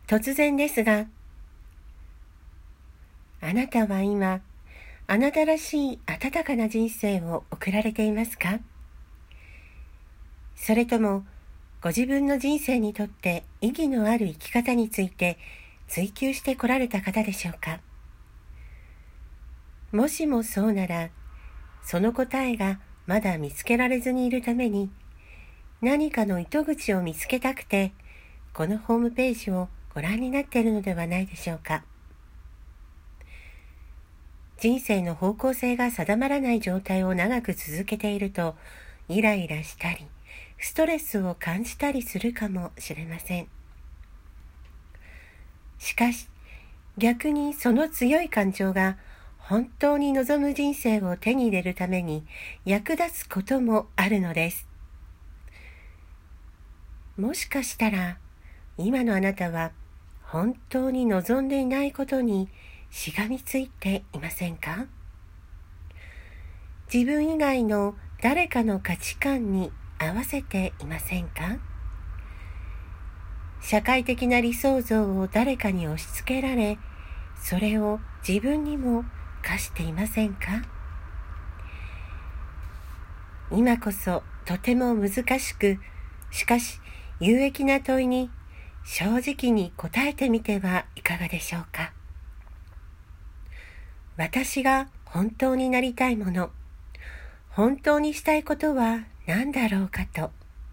突然ですが、あなたは今、あなたらしい温かな人生を送られていますか？それとも、ご自分の人生にとって意義のある生き方について追求してこられた方でしょうか？もしもそうなら、その答えがまだ見つけられずにいるために、何かの糸口を見つけたくて、このホームページをご覧になっているのではないでしょうか。人生の方向性が定まらない状態を長く続けていると、イライラしたり、ストレスを感じたりするかもしれません。しかし、逆にその強い感情が本当に望む人生を手に入れるために役立つこともあるのです。もしかしたら、今のあなたは本当に望んでいないことにしがみついていませんか？自分以外の誰かの価値観に合わせていませんか？社会的な理想像を誰かに押し付けられ、それを自分にも課していませんか？今こそとても難しく、しかし有益な問いに正直に答えてみてはいかがでしょうか。私が本当になりたいもの、本当にしたいことは何だろうかと。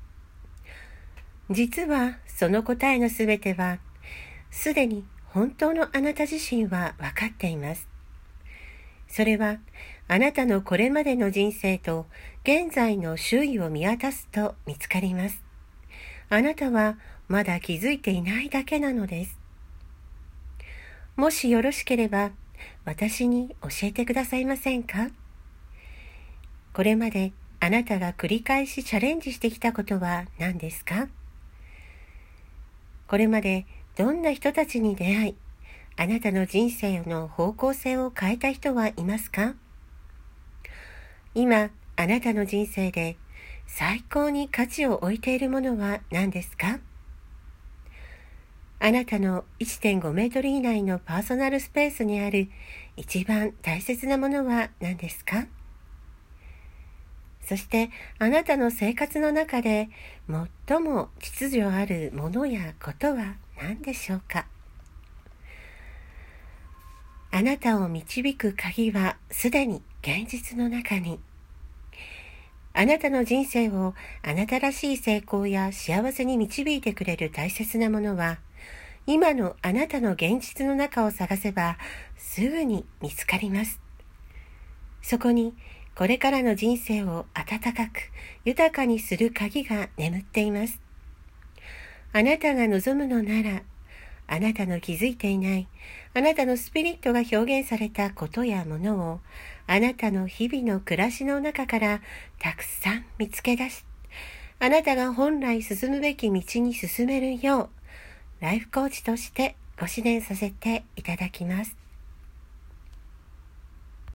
実はその答えのすべては、すでに本当のあなた自身は分かっています。それはあなたのこれまでの人生と現在の周囲を見渡すと見つかります。あなたはまだ気づいていないだけなのです。もしよろしければ私に教えてくださいませんか？これまであなたが繰り返しチャレンジしてきたことは何ですか？これまでどんな人たちに出会い、あなたの人生の方向性を変えた人はいますか？今、あなたの人生で最高に価値を置いているものは何ですか？あなたの 1.5 メートル以内のパーソナルスペースにある一番大切なものは何ですか？そしてあなたの生活の中で最も秩序あるものやことは何でしょうか？あなたを導く鍵はすでに現実の中に。あなたの人生をあなたらしい成功や幸せに導いてくれる大切なものは、今のあなたの現実の中を探せばすぐに見つかります。そこにこれからの人生を温かく豊かにする鍵が眠っています。あなたが望むのなら、あなたの気づいていないあなたのスピリットが表現されたことやものをあなたの日々の暮らしの中からたくさん見つけ出し、あなたが本来進むべき道に進めるようライフコーチとしてご指導させていただきます。